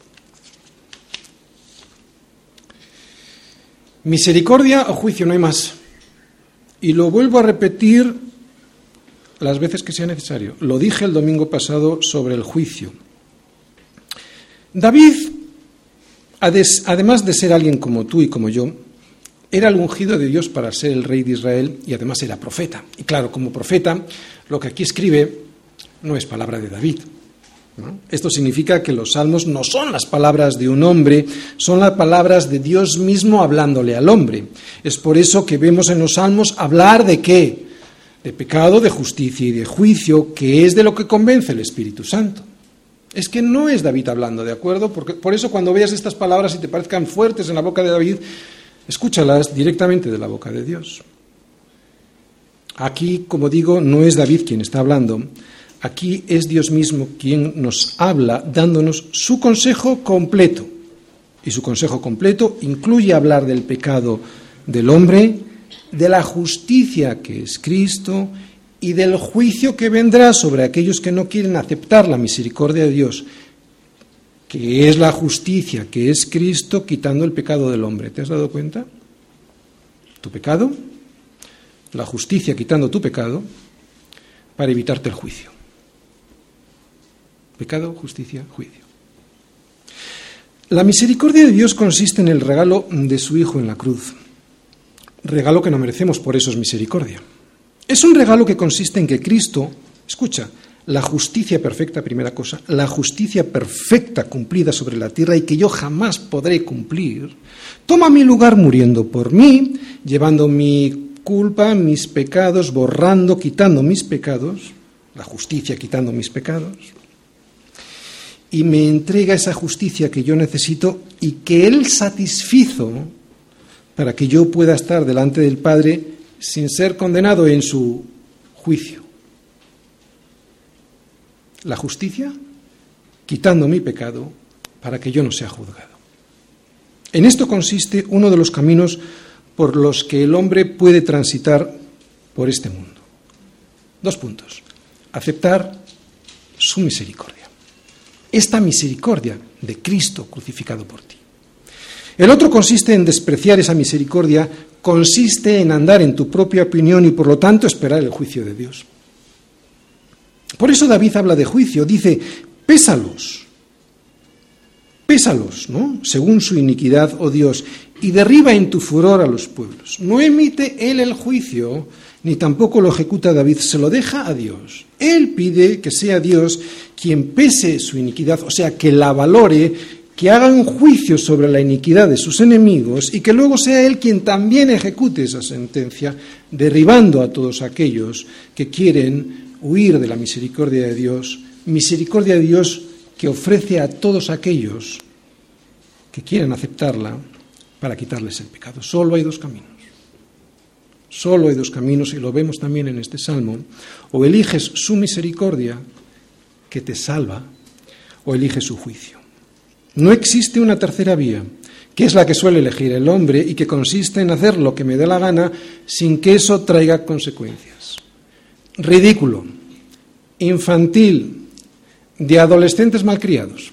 Misericordia o juicio, no hay más. Y lo vuelvo a repetir las veces que sea necesario. Lo dije el domingo pasado sobre el juicio. David, además de ser alguien como tú y como yo, era el ungido de Dios para ser el rey de Israel y además era profeta. Y claro, como profeta, lo que aquí escribe no es palabra de David, ¿no? Esto significa que los salmos no son las palabras de un hombre, son las palabras de Dios mismo hablándole al hombre. Es por eso que vemos en los salmos hablar de ¿qué? De pecado, de justicia y de juicio, que es de lo que convence el Espíritu Santo. Es que no es David hablando, ¿de acuerdo? Porque, por eso cuando veas estas palabras y te parezcan fuertes en la boca de David, escúchalas directamente de la boca de Dios. Aquí, como digo, no es David quien está hablando, aquí es Dios mismo quien nos habla dándonos su consejo completo. Y su consejo completo incluye hablar del pecado del hombre, de la justicia que es Cristo y del juicio que vendrá sobre aquellos que no quieren aceptar la misericordia de Dios, que es la justicia que es Cristo quitando el pecado del hombre. ¿Te has dado cuenta? Tu pecado, la justicia quitando tu pecado para evitarte el juicio. Pecado, justicia, juicio. La misericordia de Dios consiste en el regalo de su Hijo en la cruz. Regalo que no merecemos, por eso es misericordia. Es un regalo que consiste en que Cristo, escucha, la justicia perfecta, primera cosa, la justicia perfecta cumplida sobre la tierra y que yo jamás podré cumplir, toma mi lugar muriendo por mí, llevando mi culpa, mis pecados, borrando, quitando mis pecados, la justicia quitando mis pecados, y me entrega esa justicia que yo necesito y que Él satisfizo para que yo pueda estar delante del Padre sin ser condenado en su juicio. La justicia quitando mi pecado para que yo no sea juzgado. En esto consiste uno de los caminos por los que el hombre puede transitar por este mundo. 2 puntos. Aceptar su misericordia. Esta misericordia de Cristo crucificado por ti. El otro consiste en despreciar esa misericordia, consiste en andar en tu propia opinión y por lo tanto esperar el juicio de Dios. Por eso David habla de juicio, dice, pésalos, ¿no? Según su iniquidad, oh Dios, y derriba en tu furor a los pueblos. No emite él el juicio, ni tampoco lo ejecuta David, se lo deja a Dios. Él pide que sea Dios quien pese su iniquidad, o sea, que la valore, que haga un juicio sobre la iniquidad de sus enemigos y que luego sea Él quien también ejecute esa sentencia, derribando a todos aquellos que quieren huir de la misericordia de Dios, misericordia de Dios que ofrece a todos aquellos que quieran aceptarla para quitarles el pecado. Solo hay dos caminos. Solo hay dos caminos, y lo vemos también en este salmo. O eliges su misericordia, que te salva, o eliges su juicio. No existe una tercera vía, que es la que suele elegir el hombre y que consiste en hacer lo que me dé la gana sin que eso traiga consecuencias. Ridículo, infantil, de adolescentes malcriados.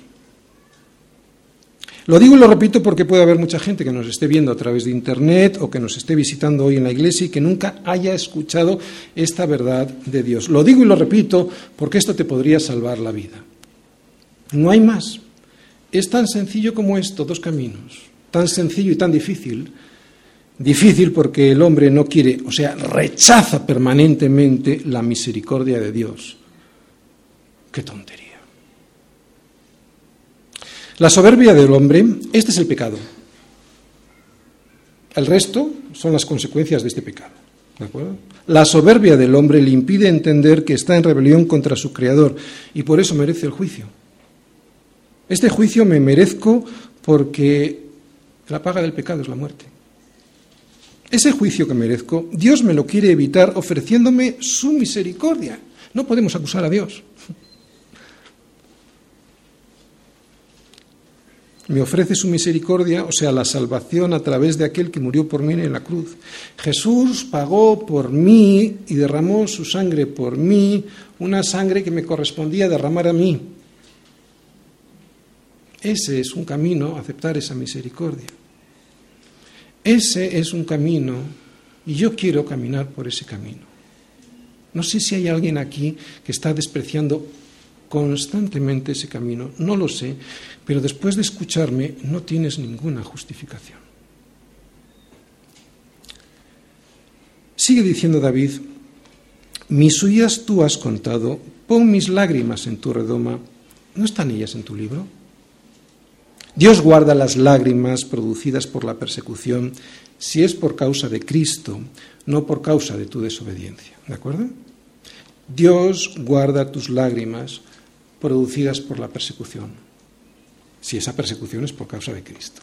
Lo digo y lo repito porque puede haber mucha gente que nos esté viendo a través de Internet o que nos esté visitando hoy en la iglesia y que nunca haya escuchado esta verdad de Dios. Lo digo y lo repito porque esto te podría salvar la vida. No hay más. Es tan sencillo como esto, dos caminos. Tan sencillo y tan difícil. Difícil porque el hombre no quiere, o sea, rechaza permanentemente la misericordia de Dios. ¡Qué tontería! La soberbia del hombre, este es el pecado. El resto son las consecuencias de este pecado. ¿De acuerdo? La soberbia del hombre le impide entender que está en rebelión contra su Creador y por eso merece el juicio. Este juicio me merezco porque la paga del pecado es la muerte. Ese juicio que merezco, Dios me lo quiere evitar ofreciéndome su misericordia. No podemos acusar a Dios. Me ofrece su misericordia, o sea, la salvación a través de aquel que murió por mí en la cruz. Jesús pagó por mí y derramó su sangre por mí, una sangre que me correspondía derramar a mí. Ese es un camino, aceptar esa misericordia. Ese es un camino, y yo quiero caminar por ese camino. No sé si hay alguien aquí que está despreciando constantemente ese camino, no lo sé, pero después de escucharme no tienes ninguna justificación. Sigue diciendo David: mis huellas tú has contado, pon mis lágrimas en tu redoma. ¿No están ellas en tu libro? Dios guarda las lágrimas producidas por la persecución si es por causa de Cristo, no por causa de tu desobediencia. ¿De acuerdo? Dios guarda tus lágrimas producidas por la persecución, si esa persecución es por causa de Cristo.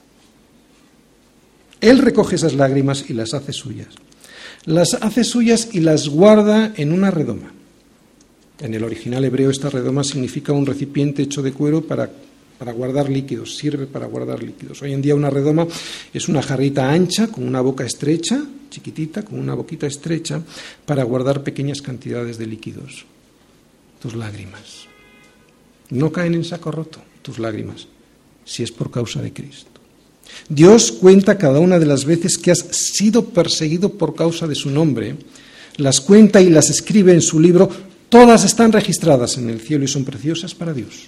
Él recoge esas lágrimas y las hace suyas. Las hace suyas y las guarda en una redoma. En el original hebreo esta redoma significa un recipiente hecho de cuero para guardar líquidos, sirve para guardar líquidos. Hoy en día una redoma es una jarrita ancha con una boca estrecha, chiquitita, con una boquita estrecha, para guardar pequeñas cantidades de líquidos. Tus lágrimas no caen en saco roto, tus lágrimas, si es por causa de Cristo. Dios cuenta cada una de las veces que has sido perseguido por causa de su nombre, las cuenta y las escribe en su libro, todas están registradas en el cielo y son preciosas para Dios.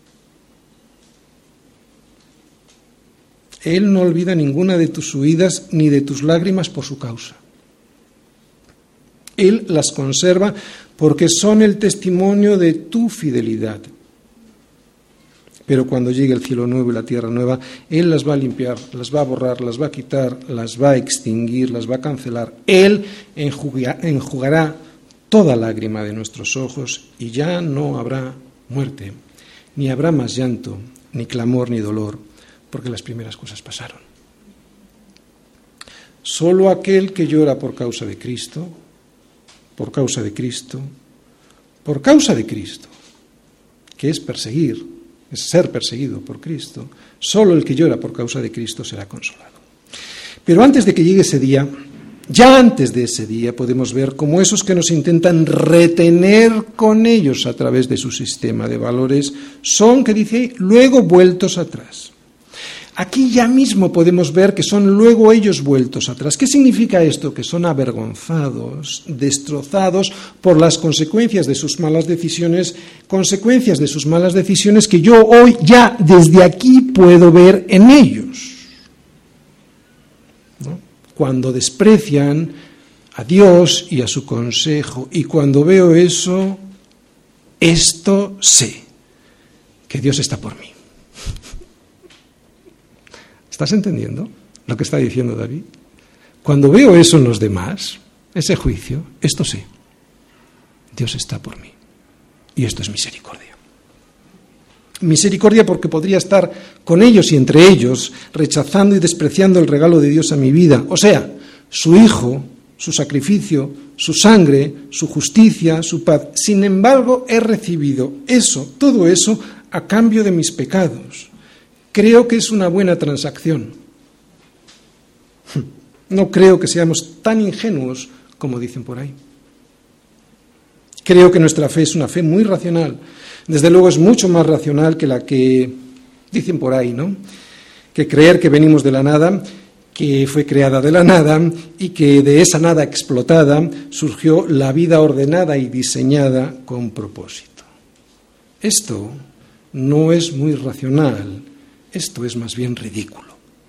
Él no olvida ninguna de tus huidas ni de tus lágrimas por su causa. Él las conserva porque son el testimonio de tu fidelidad. Pero cuando llegue el cielo nuevo y la tierra nueva, Él las va a limpiar, las va a borrar, las va a quitar, las va a extinguir, las va a cancelar. Él enjugará toda lágrima de nuestros ojos y ya no habrá muerte, ni habrá más llanto, ni clamor, ni dolor, porque las primeras cosas pasaron. Solo aquel que llora por causa de Cristo, por causa de Cristo, por causa de Cristo, que es perseguir, es ser perseguido por Cristo, solo el que llora por causa de Cristo será consolado. Pero antes de que llegue ese día, ya antes de ese día podemos ver cómo esos que nos intentan retener con ellos a través de su sistema de valores son, que dice ahí, luego vueltos atrás. Aquí ya mismo podemos ver que son luego ellos vueltos atrás. ¿Qué significa esto? Que son avergonzados, destrozados por las consecuencias de sus malas decisiones, consecuencias de sus malas decisiones que yo hoy ya desde aquí puedo ver en ellos, ¿no? Cuando desprecian a Dios y a su consejo, y cuando veo eso, esto sé, que Dios está por mí. ¿Estás entendiendo lo que está diciendo David? Cuando veo eso en los demás, ese juicio, esto sé, Dios está por mí. Y esto es misericordia. Misericordia porque podría estar con ellos y entre ellos, rechazando y despreciando el regalo de Dios a mi vida, o sea, su Hijo, su sacrificio, su sangre, su justicia, su paz. Sin embargo, he recibido eso, todo eso, a cambio de mis pecados. Creo que es una buena transacción. No creo que seamos tan ingenuos como dicen por ahí. Creo que nuestra fe es una fe muy racional. Desde luego es mucho más racional que la que dicen por ahí, ¿no? Que creer que venimos de la nada, que fue creada de la nada y que de esa nada explotada surgió la vida ordenada y diseñada con propósito. Esto no es muy racional, esto es más bien ridículo.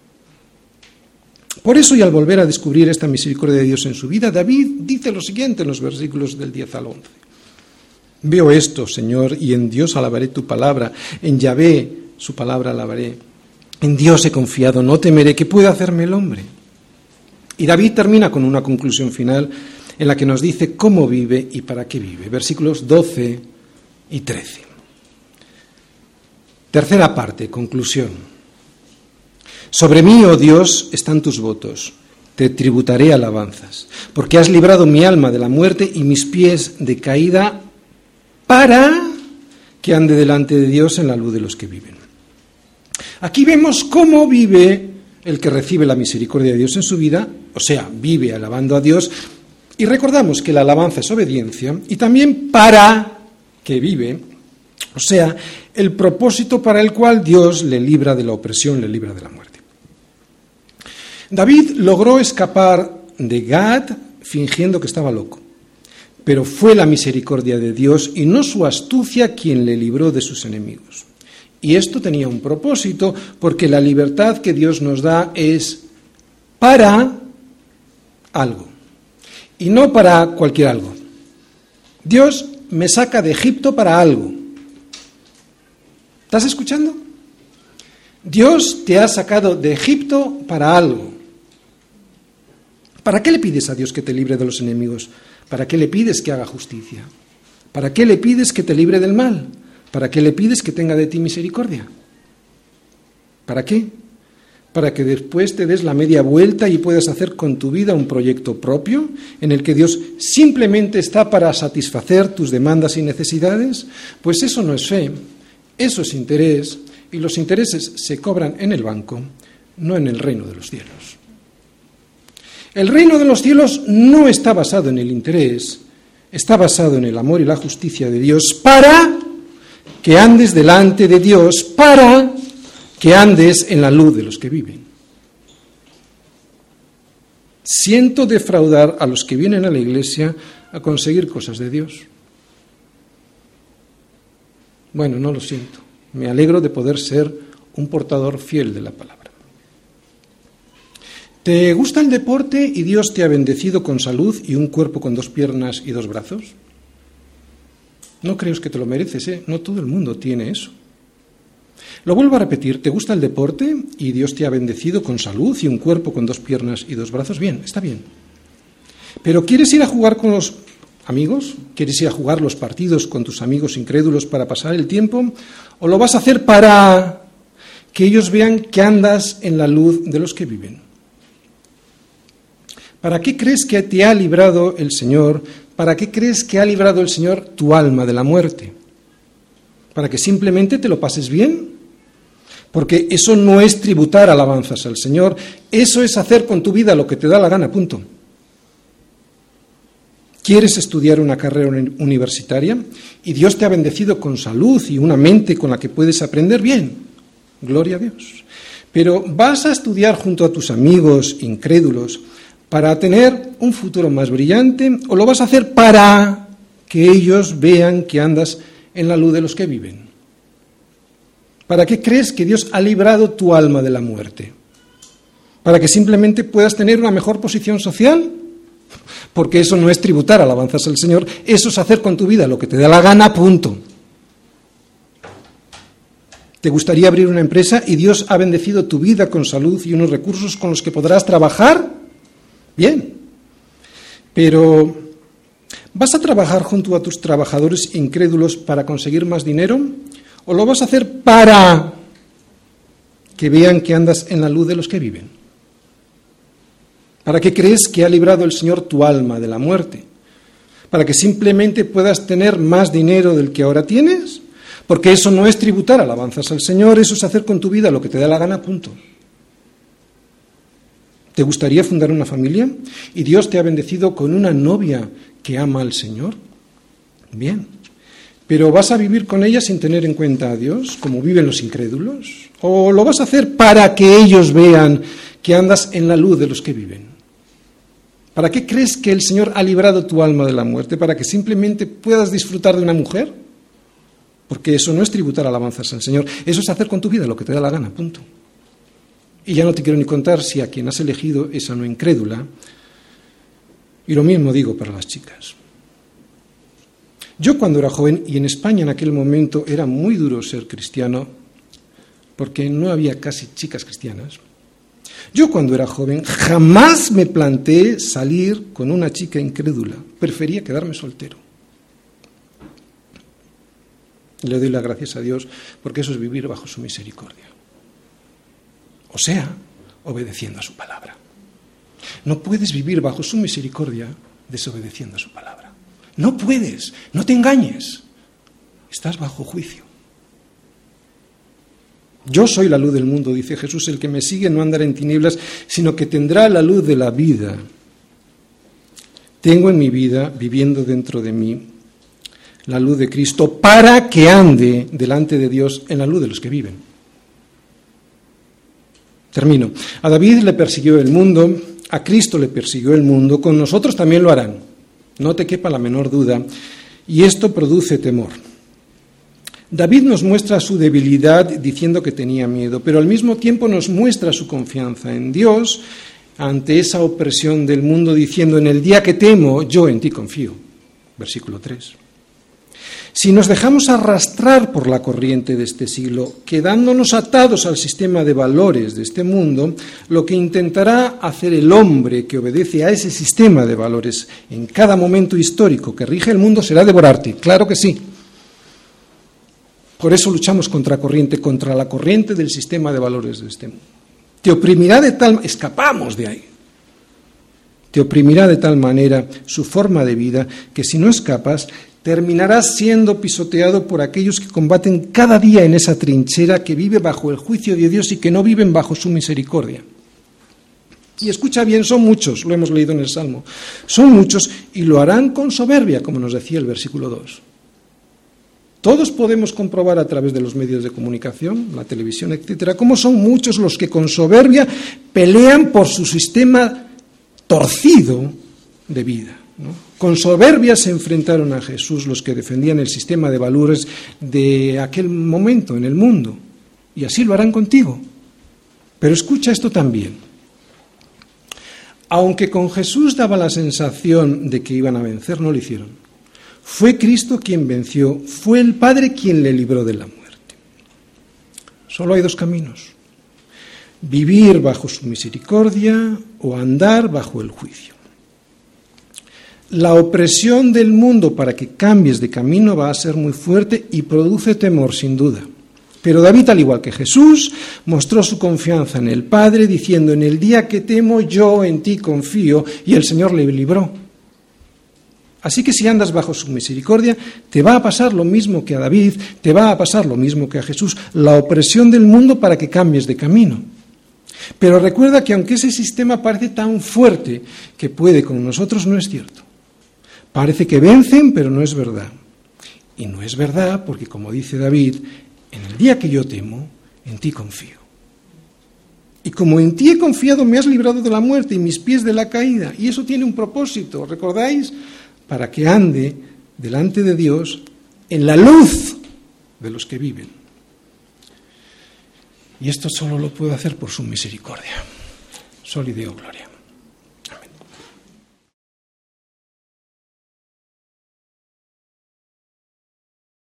Por eso, y al volver a descubrir esta misericordia de Dios en su vida, David dice lo siguiente en los versículos del 10 al 11. Veo esto, Señor, y en Dios alabaré tu palabra, en Yahvé su palabra alabaré. En Dios he confiado, no temeré. ¿Qué puede hacerme el hombre? Y David termina con una conclusión final en la que nos dice cómo vive y para qué vive. Versículos 12 y 13. Tercera parte, conclusión. Sobre mí, oh Dios, están tus votos. Te tributaré alabanzas, porque has librado mi alma de la muerte y mis pies de caída para que ande delante de Dios en la luz de los que viven. Aquí vemos cómo vive el que recibe la misericordia de Dios en su vida, o sea, vive alabando a Dios, y recordamos que la alabanza es obediencia, y también para que vive, o sea, el propósito para el cual Dios le libra de la opresión, le libra de la muerte. David logró escapar de Gad fingiendo que estaba loco, pero fue la misericordia de Dios y no su astucia quien le libró de sus enemigos. Y esto tenía un propósito, porque la libertad que Dios nos da es para algo, y no para cualquier algo. Dios me saca de Egipto para algo. ¿Estás escuchando? Dios te ha sacado de Egipto para algo. ¿Para qué le pides a Dios que te libre de los enemigos? ¿Para qué le pides que haga justicia? ¿Para qué le pides que te libre del mal? ¿Para qué le pides que tenga de ti misericordia? ¿Para qué? Para que después te des la media vuelta y puedas hacer con tu vida un proyecto propio en el que Dios simplemente está para satisfacer tus demandas y necesidades. Pues eso no es fe, eso es interés, y los intereses se cobran en el banco, no en el reino de los cielos. El reino de los cielos no está basado en el interés, está basado en el amor y la justicia de Dios para que andes delante de Dios, para que andes en la luz de los que viven. Siento defraudar a los que vienen a la iglesia a conseguir cosas de Dios. Bueno, no lo siento. Me alegro de poder ser un portador fiel de la palabra. ¿Te gusta el deporte y Dios te ha bendecido con salud y un cuerpo con 2 piernas y 2 brazos? No crees que te lo mereces, ¿eh? No todo el mundo tiene eso. Lo vuelvo a repetir, ¿te gusta el deporte y Dios te ha bendecido con salud y un cuerpo con 2 piernas y 2 brazos? Bien, está bien. Pero ¿quieres ir a jugar con los amigos? ¿Quieres ir a jugar los partidos con tus amigos incrédulos para pasar el tiempo? ¿O lo vas a hacer para que ellos vean que andas en la luz de los que viven? ¿Para qué crees que te ha librado el Señor? ¿Para qué crees que ha librado el Señor tu alma de la muerte? ¿Para que simplemente te lo pases bien? Porque eso no es tributar alabanzas al Señor, eso es hacer con tu vida lo que te da la gana, punto. ¿Quieres estudiar una carrera universitaria y Dios te ha bendecido con salud y una mente con la que puedes aprender? Bien, gloria a Dios. Pero ¿vas a estudiar junto a tus amigos incrédulos para tener un futuro más brillante, o lo vas a hacer para que ellos vean que andas en la luz de los que viven? ¿Para qué crees que Dios ha librado tu alma de la muerte? ¿Para que simplemente puedas tener una mejor posición social? Porque eso no es tributar alabanzas al Señor, eso es hacer con tu vida lo que te da la gana, punto. ¿Te gustaría abrir una empresa y Dios ha bendecido tu vida con salud y unos recursos con los que podrás trabajar? Bien, pero ¿vas a trabajar junto a tus trabajadores incrédulos para conseguir más dinero? ¿O lo vas a hacer para que vean que andas en la luz de los que viven? ¿Para qué crees que ha librado el Señor tu alma de la muerte? ¿Para que simplemente puedas tener más dinero del que ahora tienes? Porque eso no es tributar alabanzas al Señor, eso es hacer con tu vida lo que te da la gana, punto. ¿Te gustaría fundar una familia? ¿Y Dios te ha bendecido con una novia que ama al Señor? Bien. ¿Pero vas a vivir con ella sin tener en cuenta a Dios, como viven los incrédulos? ¿O lo vas a hacer para que ellos vean que andas en la luz de los que viven? ¿Para qué crees que el Señor ha librado tu alma de la muerte? ¿Para que simplemente puedas disfrutar de una mujer? Porque eso no es tributar alabanzas al Señor, eso es hacer con tu vida lo que te da la gana, punto. Y ya no te quiero ni contar si a quien has elegido es a no incrédula. Y lo mismo digo para las chicas. Yo cuando era joven, y en España en aquel momento era muy duro ser cristiano, porque no había casi chicas cristianas, yo cuando era joven jamás me planteé salir con una chica incrédula, prefería quedarme soltero. Le doy las gracias a Dios porque eso es vivir bajo su misericordia. O sea, obedeciendo a su palabra. No puedes vivir bajo su misericordia desobedeciendo a su palabra. No puedes, no te engañes. Estás bajo juicio. Yo soy la luz del mundo, dice Jesús, el que me sigue no andará en tinieblas, sino que tendrá la luz de la vida. Tengo en mi vida, viviendo dentro de mí, la luz de Cristo para que ande delante de Dios en la luz de los que viven. Termino. A David le persiguió el mundo, a Cristo le persiguió el mundo, con nosotros también lo harán. No te quepa la menor duda. Y esto produce temor. David nos muestra su debilidad diciendo que tenía miedo, pero al mismo tiempo nos muestra su confianza en Dios ante esa opresión del mundo, diciendo: en el día que temo, yo en ti confío. Versículo 3. Si nos dejamos arrastrar por la corriente de este siglo, quedándonos atados al sistema de valores de este mundo, lo que intentará hacer el hombre que obedece a ese sistema de valores en cada momento histórico que rige el mundo será devorarte. Claro que sí. Por eso luchamos contra la corriente del sistema de valores de este mundo. Te oprimirá de tal... Escapamos de ahí. Te oprimirá de tal manera su forma de vida que si no escapas, terminarás siendo pisoteado por aquellos que combaten cada día en esa trinchera que vive bajo el juicio de Dios y que no viven bajo su misericordia. Y escucha bien, son muchos, lo hemos leído en el Salmo, son muchos y lo harán con soberbia, como nos decía el versículo 2. Todos podemos comprobar a través de los medios de comunicación, la televisión, etcétera, cómo son muchos los que con soberbia pelean por su sistema torcido de vida, ¿no? Con soberbia se enfrentaron a Jesús los que defendían el sistema de valores de aquel momento en el mundo, y así lo harán contigo. Pero escucha esto también. Aunque con Jesús daba la sensación de que iban a vencer, no lo hicieron. Fue Cristo quien venció, fue el Padre quien le libró de la muerte. Solo hay dos caminos: vivir bajo su misericordia o andar bajo el juicio. La opresión del mundo para que cambies de camino va a ser muy fuerte y produce temor, sin duda. Pero David, al igual que Jesús, mostró su confianza en el Padre, diciendo: en el día que temo, yo en ti confío, y el Señor le libró. Así que si andas bajo su misericordia, te va a pasar lo mismo que a David, te va a pasar lo mismo que a Jesús, la opresión del mundo para que cambies de camino. Pero recuerda que aunque ese sistema parece tan fuerte que puede con nosotros, no es cierto. Parece que vencen, pero no es verdad. Y no es verdad porque, como dice David, en el día que yo temo, en ti confío. Y como en ti he confiado, me has librado de la muerte y mis pies de la caída. Y eso tiene un propósito, ¿recordáis? Para que ande delante de Dios en la luz de los que viven. Y esto solo lo puedo hacer por su misericordia. Soli Deo Gloria.